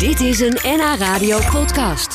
Dit is een NH Radio podcast.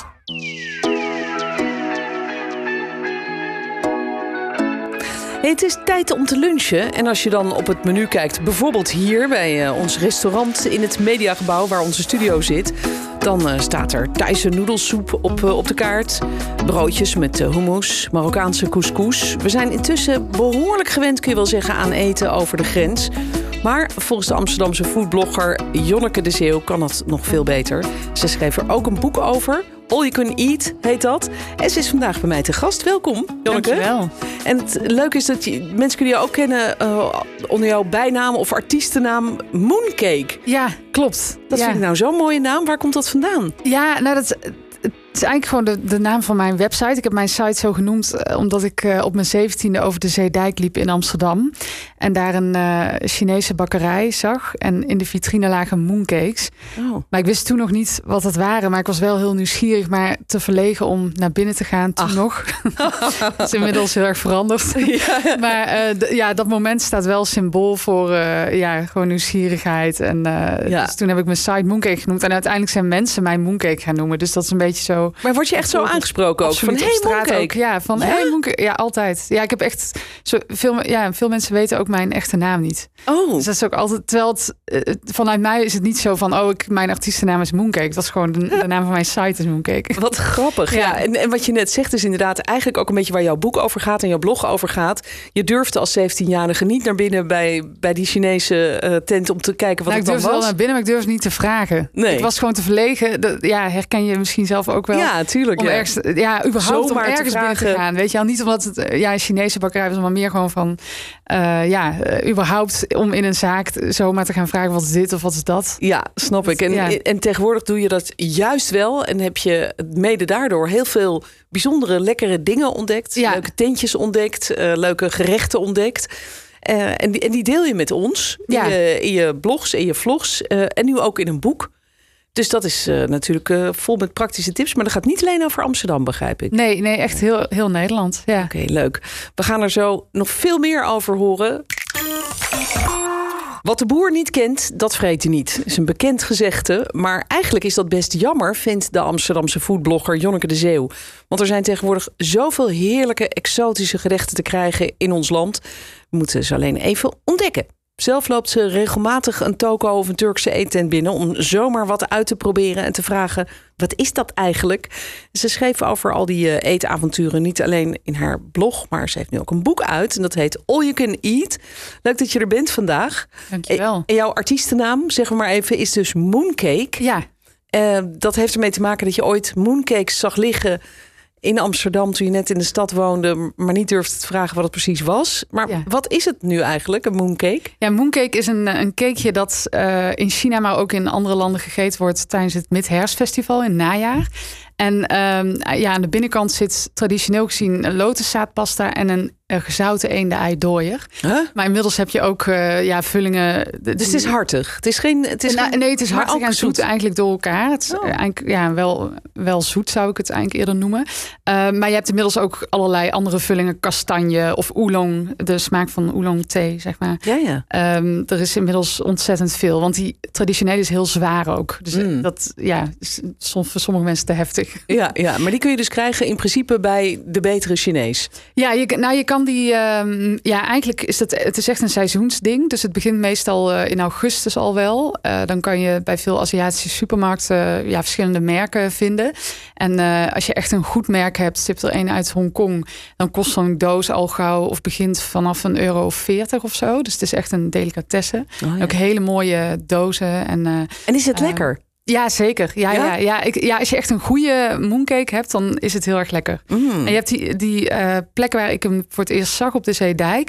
Hey, het is tijd om te lunchen. En als je dan op het menu kijkt, bijvoorbeeld hier bij ons restaurant in het Mediagebouw waar onze studio zit, dan staat er Thaise noedelsoep op de kaart. Broodjes met hummus, Marokkaanse couscous. We zijn intussen behoorlijk gewend, kun je wel zeggen, aan eten over de grens. Maar volgens de Amsterdamse foodblogger Jonneke de Zeeuw kan dat nog veel beter. Ze schreef er ook een boek over. All You Can Eat heet dat. En ze is vandaag bij mij te gast. Welkom, Jonneke. Dankjewel. En het leuke is dat mensen kunnen je ook kennen onder jouw bijnaam of artiestennaam Mooncake. Ja, klopt. Dat vind ik nou zo'n mooie naam. Waar komt dat vandaan? Ja, nou het is eigenlijk gewoon de naam van mijn website. Ik heb mijn site zo genoemd omdat ik op mijn 17e over de Zeedijk liep in Amsterdam. En daar een Chinese bakkerij zag. En in de vitrine lagen mooncakes. Oh. Maar ik wist toen nog niet wat dat waren. Maar ik was wel heel nieuwsgierig, maar te verlegen om naar binnen te gaan toen nog. Dat is inmiddels heel erg veranderd. Ja. Maar dat moment staat wel symbool voor gewoon nieuwsgierigheid. En dus toen heb ik mijn site Mooncake genoemd. En uiteindelijk zijn mensen mij Mooncake gaan noemen. Dus dat is een beetje zo. Maar word je echt zo aangesproken ook? Van hey, Mooncake? Ook, ja, van hey, Mooncake. Ja, altijd. Ja, ik heb echt veel mensen weten ook mijn echte naam niet. Oh. Dus dat is ook altijd. Terwijl vanuit mij is het niet zo van mijn artiestennaam is Mooncake. Dat is gewoon de naam van mijn site is Mooncake. Wat grappig. Ja. En wat je net zegt is inderdaad eigenlijk ook een beetje waar jouw boek over gaat en jouw blog over gaat. Je durfde als 17-jarige niet naar binnen bij die Chinese tent om te kijken wat het dan was. Ik durfde wel naar binnen, maar ik durfde niet te vragen. Nee. Ik was gewoon te verlegen. Herken je misschien zelf ook wel. Ja, tuurlijk. Om ergens om ergens binnen te gaan. Weet je al, niet omdat het een Chinese bakkerij was, maar meer gewoon van überhaupt om in een zaak zomaar te gaan vragen wat is dit of wat is dat. Ja, snap ik. En tegenwoordig doe je dat juist wel en heb je mede daardoor heel veel bijzondere, lekkere dingen ontdekt. Ja. Leuke tentjes ontdekt, leuke gerechten ontdekt. En die deel je met ons in je blogs en je vlogs en nu ook in een boek. Dus dat is natuurlijk vol met praktische tips. Maar dat gaat niet alleen over Amsterdam, begrijp ik. Nee, echt heel Nederland. Ja. Oké, leuk. We gaan er zo nog veel meer over horen. Wat de boer niet kent, dat vreet hij niet. Dat is een bekend gezegde. Maar eigenlijk is dat best jammer, vindt de Amsterdamse foodblogger Jonneke de Zeeuw. Want er zijn tegenwoordig zoveel heerlijke, exotische gerechten te krijgen in ons land. We moeten ze alleen even ontdekken. Zelf loopt ze regelmatig een toko of een Turkse eettent binnen om zomaar wat uit te proberen en te vragen, wat is dat eigenlijk? Ze schreef over al die eetavonturen niet alleen in haar blog, maar ze heeft nu ook een boek uit en dat heet All You Can Eat. Leuk dat je er bent vandaag. Dankjewel. En jouw artiestennaam, zeg maar even, is dus Mooncake. Ja. Dat heeft ermee te maken dat je ooit mooncakes zag liggen in Amsterdam toen je net in de stad woonde, maar niet durfde te vragen wat het precies was. Maar wat is het nu eigenlijk, een mooncake? Ja, mooncake is een cakeje dat in China, maar ook in andere landen gegeten wordt tijdens het Midherfstfestival in het najaar. En aan de binnenkant zit traditioneel gezien een lotuszaadpasta en een gezouten eendei-dooier. Huh? Maar inmiddels heb je ook vullingen. Dus het is hartig? Het is nee, het is hartig en zoet eigenlijk door elkaar. Het is eigenlijk wel zoet zou ik het eigenlijk eerder noemen. Maar je hebt inmiddels ook allerlei andere vullingen. Kastanje of oolong. De smaak van oolong thee, zeg maar. Ja. Er is inmiddels ontzettend veel. Want die traditionele is heel zwaar ook. Dus dat is soms voor sommige mensen te heftig. Ja, maar die kun je dus krijgen in principe bij de betere Chinees. Ja, je kan die. Eigenlijk is het is echt een seizoensding. Dus het begint meestal in augustus al wel. Dan kan je bij veel Aziatische supermarkten verschillende merken vinden. En als je echt een goed merk hebt, stipt er een uit Hongkong, dan kost zo'n doos al gauw of begint vanaf €1,40 of zo. Dus het is echt een delicatesse. Oh, ja. Ook hele mooie dozen. En is het lekker? Ja, zeker. Ja, als je echt een goede mooncake hebt, dan is het heel erg lekker. En je hebt die plek waar ik hem voor het eerst zag op de Zeedijk.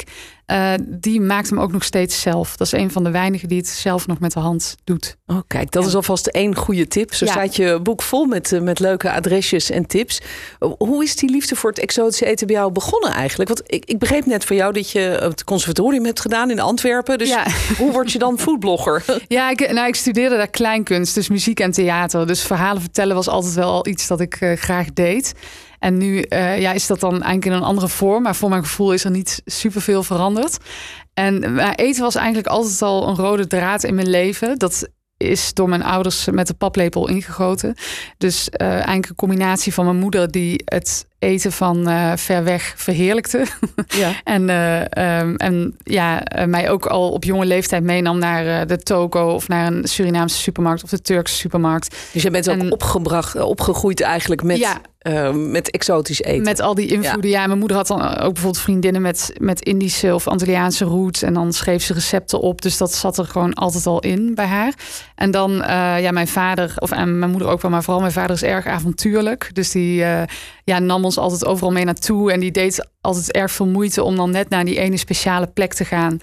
Die maakt hem ook nog steeds zelf. Dat is een van de weinigen die het zelf nog met de hand doet. Oh, kijk, dat is alvast één goede tip. Zo staat je boek vol met leuke adresjes en tips. Hoe is die liefde voor het exotische eten bij jou begonnen eigenlijk? Want ik begreep net van jou dat je het conservatorium hebt gedaan in Antwerpen. Dus hoe word je dan foodblogger? Ja, ik studeerde daar kleinkunst, dus muziek en theater. Dus verhalen vertellen was altijd wel al iets dat ik graag deed. En nu is dat dan eigenlijk in een andere vorm. Maar voor mijn gevoel is er niet superveel veranderd. En eten was eigenlijk altijd al een rode draad in mijn leven. Dat is door mijn ouders met de paplepel ingegoten. Dus eigenlijk een combinatie van mijn moeder die het eten van ver weg verheerlijkte. Ja. en mij ook al op jonge leeftijd meenam naar de toko of naar een Surinaamse supermarkt of de Turkse supermarkt. Dus je bent ook opgegroeid eigenlijk met exotisch eten. Met al die invloeden. Ja, mijn moeder had dan ook bijvoorbeeld vriendinnen met Indische of Antilliaanse roots. En dan schreef ze recepten op. Dus dat zat er gewoon altijd al in bij haar. En dan mijn vader, en mijn moeder ook wel, maar vooral mijn vader is erg avontuurlijk. Dus die nam ons altijd overal mee naartoe. En die deed altijd erg veel moeite om dan net naar die ene speciale plek te gaan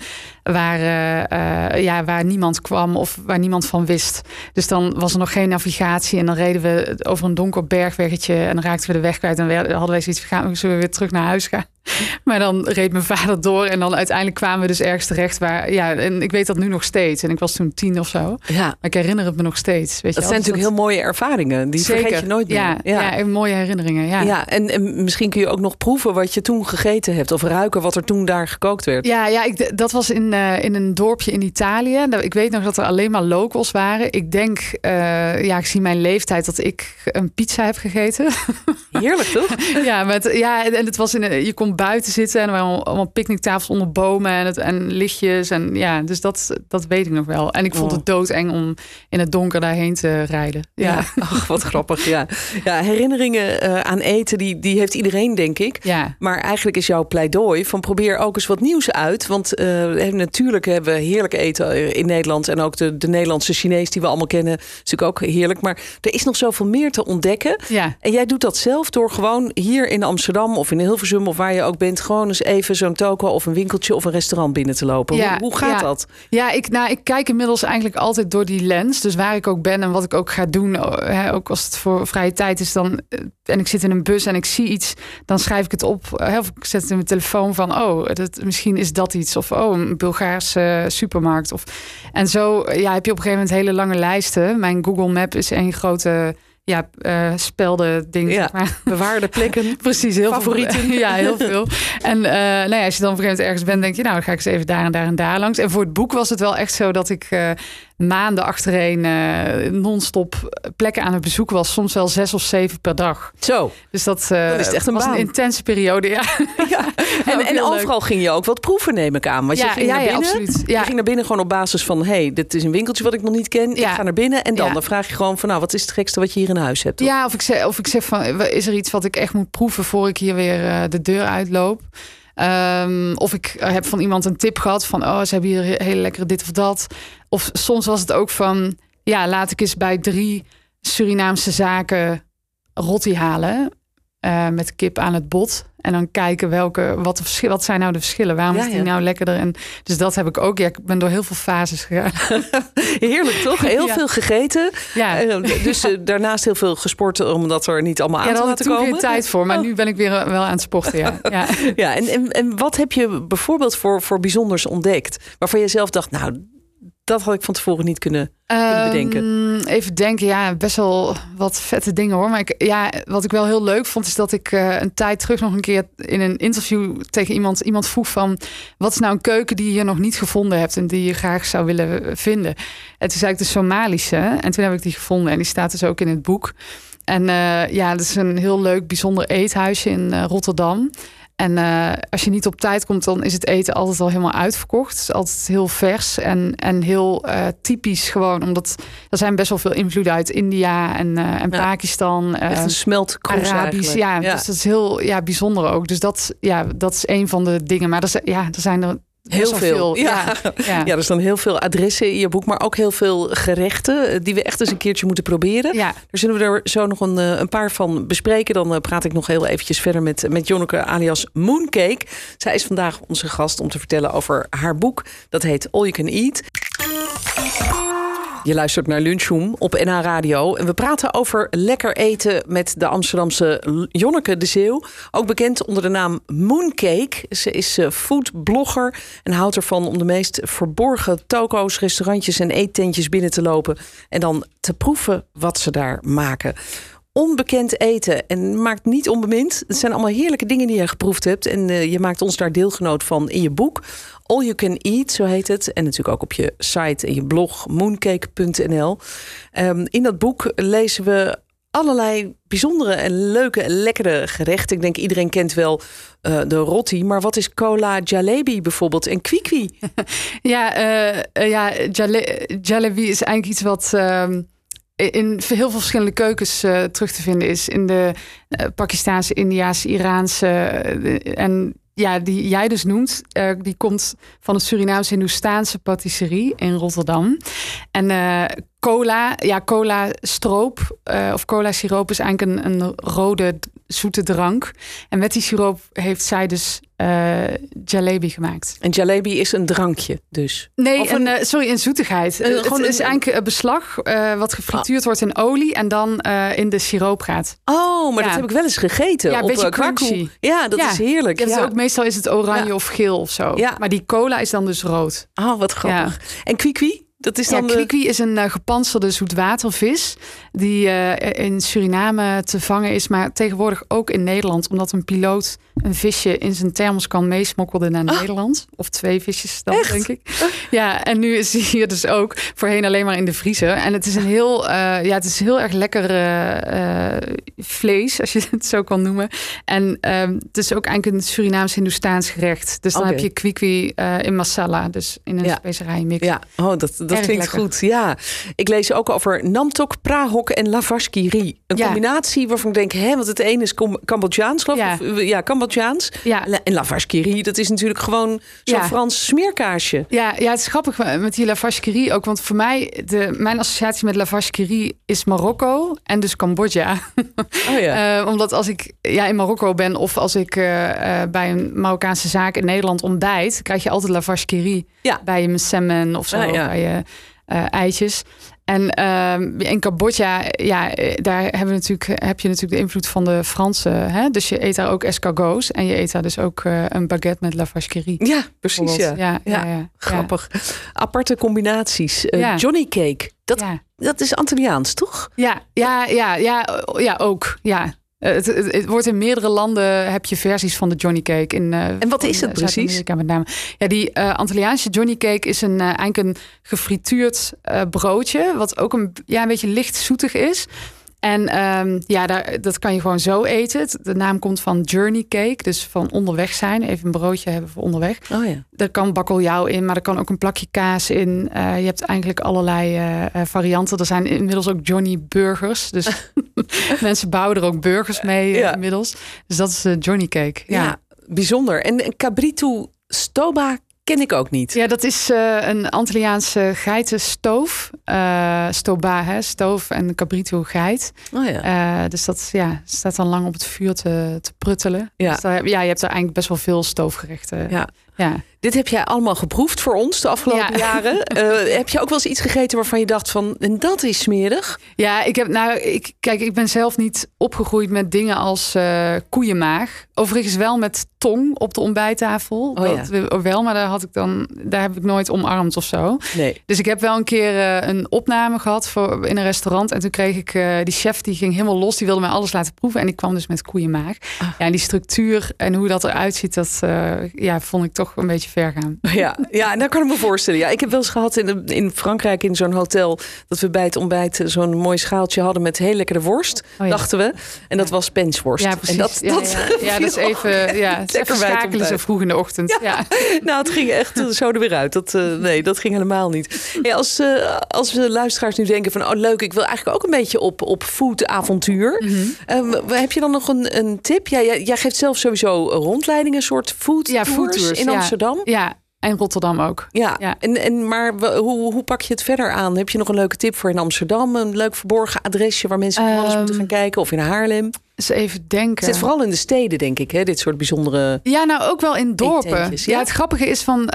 waar niemand kwam of waar niemand van wist. Dus dan was er nog geen navigatie en dan reden we over een donker bergweggetje en dan raakten we de weg kwijt en hadden wij zoiets van, zullen we weer terug naar huis gaan? Maar dan reed mijn vader door en dan uiteindelijk kwamen we dus ergens terecht waar, en ik weet dat nu nog steeds. En ik was toen 10 of zo. Ja. Maar ik herinner het me nog steeds. Weet je dat zijn natuurlijk heel mooie ervaringen. Die vergeet je nooit meer. Ja, mooie herinneringen. Ja, en misschien kun je ook nog proeven wat je toen gegeten hebt of ruiken wat er toen daar gekookt werd. Dat was in een dorpje in Italië. Ik weet nog dat er alleen maar locals waren. Ik denk, ik zie mijn leeftijd dat ik een pizza heb gegeten. Heerlijk, toch? En het was je kon buiten zitten en er waren allemaal picknicktafels onder bomen en lichtjes. En dus dat weet ik nog wel. En ik vond het doodeng om in het donker daarheen te rijden. Ja. Ach, wat grappig. Ja, herinneringen aan eten, die heeft iedereen, denk ik. Ja. Maar eigenlijk is jouw pleidooi van probeer ook eens wat nieuws uit. Want natuurlijk hebben we heerlijk eten in Nederland. En ook de Nederlandse Chinees die we allemaal kennen. Is natuurlijk ook heerlijk. Maar er is nog zoveel meer te ontdekken. Ja. En jij doet dat zelf door gewoon hier in Amsterdam of in Hilversum of waar je ook bent, gewoon eens even zo'n toko of een winkeltje of een restaurant binnen te lopen. Ja, hoe gaat dat? Ja, ik kijk inmiddels eigenlijk altijd door die lens. Dus waar ik ook ben en wat ik ook ga doen, ook als het voor vrije tijd is dan en ik zit in een bus en ik zie iets, dan schrijf ik het op. Of ik zet het in mijn telefoon van, misschien is dat iets. Of een Bulgaarse supermarkt. En zo heb je op een gegeven moment hele lange lijsten. Mijn Google Map is één grote spelde ding. Ja, zeg maar. Bewaarde plekken. Precies, heel favorieten. Veel. Ja, heel veel. En als je dan op een gegeven moment ergens bent, denk je, dan ga ik eens even daar en daar en daar langs. En voor het boek was het wel echt zo dat ik maanden achtereen non-stop plekken aan het bezoek was. Soms wel 6 of 7 per dag. Zo. Dus dat is het echt een was baan. Een intense periode, ja. En overal ging je ook wat proeven, neem ik aan. Want je ging naar binnen. Absoluut. Ja. Je ging naar binnen gewoon op basis van, dit is een winkeltje wat ik nog niet ken. Ik ga naar binnen en dan vraag je gewoon van, wat is het gekste wat je hier in huis hebt? Toch? Ja, of ik zeg van, is er iets wat ik echt moet proeven voor ik hier weer de deur uitloop? Of ik heb van iemand een tip gehad van, ze hebben hier hele lekkere dit of dat. Of soms was het ook van, laat ik eens bij 3 Surinaamse zaken rotti halen. Met kip aan het bot. En dan kijken wat zijn nou de verschillen? Waarom is die nou lekkerder? En dus dat heb ik ook. Ja, ik ben door heel veel fases gegaan. Heerlijk, toch? Heel veel gegeten. Ja. Dus daarnaast heel veel gesport, omdat er niet allemaal aan te laten komen. Daar had ik toen geen tijd voor. Maar nu ben ik weer wel aan het sporten, Ja, en wat heb je bijvoorbeeld voor bijzonders ontdekt? Waarvan je zelf dacht, dat had ik van tevoren niet kunnen bedenken. Even denken, best wel wat vette dingen hoor. Maar wat ik wel heel leuk vond, is dat ik een tijd terug nog een keer in een interview tegen iemand vroeg van, wat is nou een keuken die je nog niet gevonden hebt en die je graag zou willen vinden? En toen zei ik de Somalische. En toen heb ik die gevonden en die staat dus ook in het boek. En dat is een heel leuk, bijzonder eethuisje in Rotterdam. En als je niet op tijd komt, dan is het eten altijd al helemaal uitverkocht. Het is altijd heel vers en heel typisch gewoon. Omdat er zijn best wel veel invloeden uit India en Pakistan. Echt een smeltkroes Arabisch, ja. Dus dat is heel bijzonder ook. Dus dat is een van de dingen. Maar er zijn er heel veel. Ja, er staan heel veel adressen in je boek, maar ook heel veel gerechten die we echt eens een keertje moeten proberen. Ja. Daar zullen we er zo nog een paar van bespreken. Dan praat ik nog heel eventjes verder met Jonneke alias Mooncake. Zij is vandaag onze gast om te vertellen over haar boek. Dat heet All You Can Eat. Je luistert naar Lunchroom op NH Radio. En we praten over lekker eten met de Amsterdamse Jonneke de Zeeuw. Ook bekend onder de naam Mooncake. Ze is foodblogger en houdt ervan om de meest verborgen toko's, restaurantjes en eettentjes binnen te lopen. En dan te proeven wat ze daar maken. onbekend eten. En maakt niet onbemind. Het zijn allemaal heerlijke dingen die je geproefd hebt. En je maakt ons daar deelgenoot van in je boek. All You Can Eat, zo heet het. En natuurlijk ook op je site en je blog mooncake.nl. In dat boek lezen we allerlei bijzondere en leuke en lekkere gerechten. Ik denk iedereen kent wel de roti. Maar wat is cola jalebi bijvoorbeeld en kwikwi? Jalebi is eigenlijk iets wat in heel veel verschillende keukens terug te vinden is. In de Pakistaanse, Indiaanse, Iraanse en die jij dus noemt, die komt van een Surinaamse Hindoestaanse patisserie in Rotterdam. En cola stroop of cola siroop is eigenlijk een rode zoete drank. En met die siroop heeft zij dus jalebi gemaakt. En jalebi is een drankje dus? Nee, een zoetigheid. Het is eigenlijk een beslag wat gefrituurd wordt in olie en dan in de siroop gaat. Oh, maar dat heb ik wel eens gegeten. Ja, een beetje crunchy. Ja, dat is heerlijk. Ja. Ook, meestal is het oranje of geel of zo. Ja. Maar die cola is dan dus rood. Oh, wat grappig. Ja. En kwikwi? Dat is dan kwikwi is een gepantserde zoetwatervis die in Suriname te vangen is, maar tegenwoordig ook in Nederland, omdat een piloot een visje in zijn thermoskan meesmokkelde naar Nederland. Of 2 visjes dan, denk ik. Ja, en nu is hij hier dus ook voorheen alleen maar in de vriezer. En het is een heel erg lekker vlees, als je het zo kan noemen. En het is ook eigenlijk een Surinaams-Hindoestaans gerecht. Dus dan heb je kwikwi in masala, dus in een specerijmix. Ja, dat klinkt lekker. Goed. Ja, ik lees ook over namtok, prahok en lavash kiri. Een combinatie waarvan ik denk, want het ene is Cambodjaans, geloof ik. Ja, Cambodjaans. Ja. En lavash kiri, dat is natuurlijk gewoon zo'n Frans smeerkaasje. Ja, het is grappig met die lavash kiri ook. Want voor mij, mijn associatie met lavash kiri is Marokko en dus Cambodja. Oh ja. Omdat als ik in Marokko ben of als ik bij een Marokkaanse zaak in Nederland ontbijt, krijg je altijd lavash kiri bij je msemen of zo, bij je eitjes. En in Cambodja, daar heb je natuurlijk de invloed van de Fransen. Hè? Dus je eet daar ook escargots en je eet daar dus ook een baguette met lavash kiri. Ja, precies. Ja. Grappig. Ja. Aparte combinaties. Johnny cake, dat is Antilliaans, toch? Ja, ook. Ja. Het wordt in meerdere landen, heb je versies van de Johnny cake. En wat is het precies? Zuid-Amerika met name. Ja, die Antilliaanse Johnny cake is eigenlijk een gefrituurd broodje, wat ook een beetje licht zoetig is. En dat kan je gewoon zo eten. De naam komt van journey cake, dus van onderweg zijn. Even een broodje hebben voor onderweg. Oh ja. Er kan bakkeljauw in, maar er kan ook een plakje kaas in. Je hebt eigenlijk allerlei varianten. Er zijn inmiddels ook Johnny burgers. Dus mensen bouwen er ook burgers mee inmiddels. Dus dat is de Johnny cake. Ja, bijzonder. En cabrito stoba ken ik ook niet. Ja, dat is een Antilliaanse geitenstoof. Stoba, stoof en cabrito geit. Oh ja. Dus dat staat dan lang op het vuur te pruttelen. Ja. Dus je hebt er eigenlijk best wel veel stoofgerechten. Ja. Dit heb jij allemaal geproefd voor ons de afgelopen jaren. Heb je ook wel eens iets gegeten waarvan je dacht van, en dat is smerig? Ja, ik ben zelf niet opgegroeid met dingen als koeienmaag. Overigens wel met tong op de ontbijttafel. Wel, maar daar heb ik nooit omarmd of zo. Nee. Dus ik heb wel een keer een opname gehad in een restaurant. En toen kreeg ik die chef, die ging helemaal los. Die wilde mij alles laten proeven. En ik kwam dus met koeienmaag. Ja, en die structuur en hoe dat eruit ziet, dat vond ik toch een beetje ver gaan. Ja, en daar kan ik me voorstellen. Ja, ik heb wel eens gehad in Frankrijk in zo'n hotel dat we bij het ontbijt zo'n mooi schaaltje hadden met heel lekkere worst, dachten we. En dat was pensworst. Ja, precies. En dat is even, even schakelen zo vroeg in de ochtend. Ja. Nou, het ging echt zo er weer uit. Dat ging helemaal niet. Ja, als we luisteraars nu denken van, leuk, ik wil eigenlijk ook een beetje op foodavontuur. Mm-hmm. Heb je dan nog een tip? Jij geeft zelf sowieso rondleidingen, een soort foodtours in Amsterdam. Ja, en Rotterdam ook. Ja. Maar hoe pak je het verder aan? Heb je nog een leuke tip voor in Amsterdam? Een leuk verborgen adresje waar mensen van alles moeten gaan kijken? Of in Haarlem? Eens even denken. Het zit vooral in de steden, denk ik, hè? Dit soort bijzondere... Ja, nou ook wel in dorpen. Ja, het grappige is van...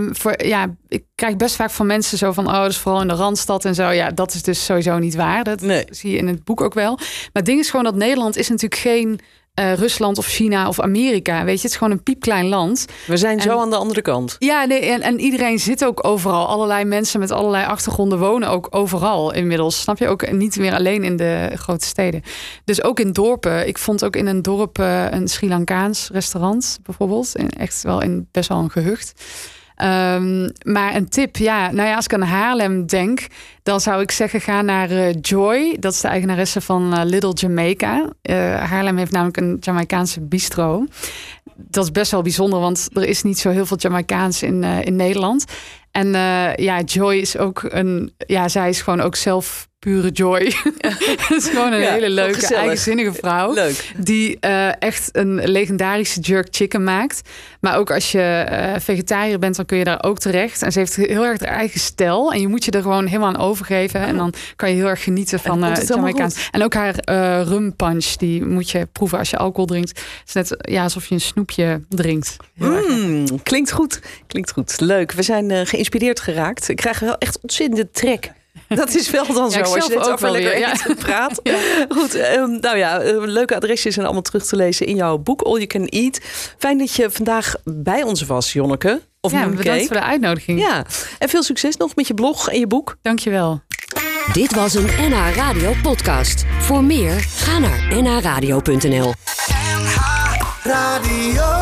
ik krijg best vaak van mensen zo van... dat is vooral in de Randstad en zo. Ja, dat is dus sowieso niet waar. Dat zie je in het boek ook wel. Maar het ding is gewoon dat Nederland is natuurlijk geen Rusland of China of Amerika. Weet je, het is gewoon een piepklein land. We zijn zo aan de andere kant. Ja, nee, en iedereen zit ook overal. Allerlei mensen met allerlei achtergronden wonen ook overal inmiddels. Snap je? Ook niet meer alleen in de grote steden. Dus ook in dorpen. Ik vond ook in een dorp een Sri Lankaans restaurant bijvoorbeeld. Echt wel in best wel een gehucht. Maar een tip, als ik aan Haarlem denk, dan zou ik zeggen, ga naar Joy. Dat is de eigenaresse van Little Jamaica. Haarlem heeft namelijk een Jamaicaanse bistro. Dat is best wel bijzonder, want er is niet zo heel veel Jamaicaans in Nederland. En Joy is ook zij is gewoon ook zelf pure joy. Het is gewoon een hele leuke, gezellig, eigenzinnige vrouw. Leuk. Die echt een legendarische jerk chicken maakt. Maar ook als je vegetariër bent, dan kun je daar ook terecht. En ze heeft heel erg haar eigen stijl. En je moet je er gewoon helemaal aan overgeven. En dan kan je heel erg genieten van Jamaicaans. En ook haar rum punch, die moet je proeven als je alcohol drinkt. Het is net alsof je een snoepje drinkt. Klinkt goed. Leuk. We zijn geïnspireerd geraakt. Ik krijg wel echt ontzettende trek. Dat is wel dan zo, als je net over lekker eten praat. Ja. Goed, leuke adresjes zijn allemaal terug te lezen in jouw boek All You Can Eat. Fijn dat je vandaag bij ons was, Jonneke. Bedankt voor de uitnodiging. Ja, en veel succes nog met je blog en je boek. Dankjewel. Dit was een NH Radio podcast. Voor meer, ga naar nhradio.nl. NH Radio.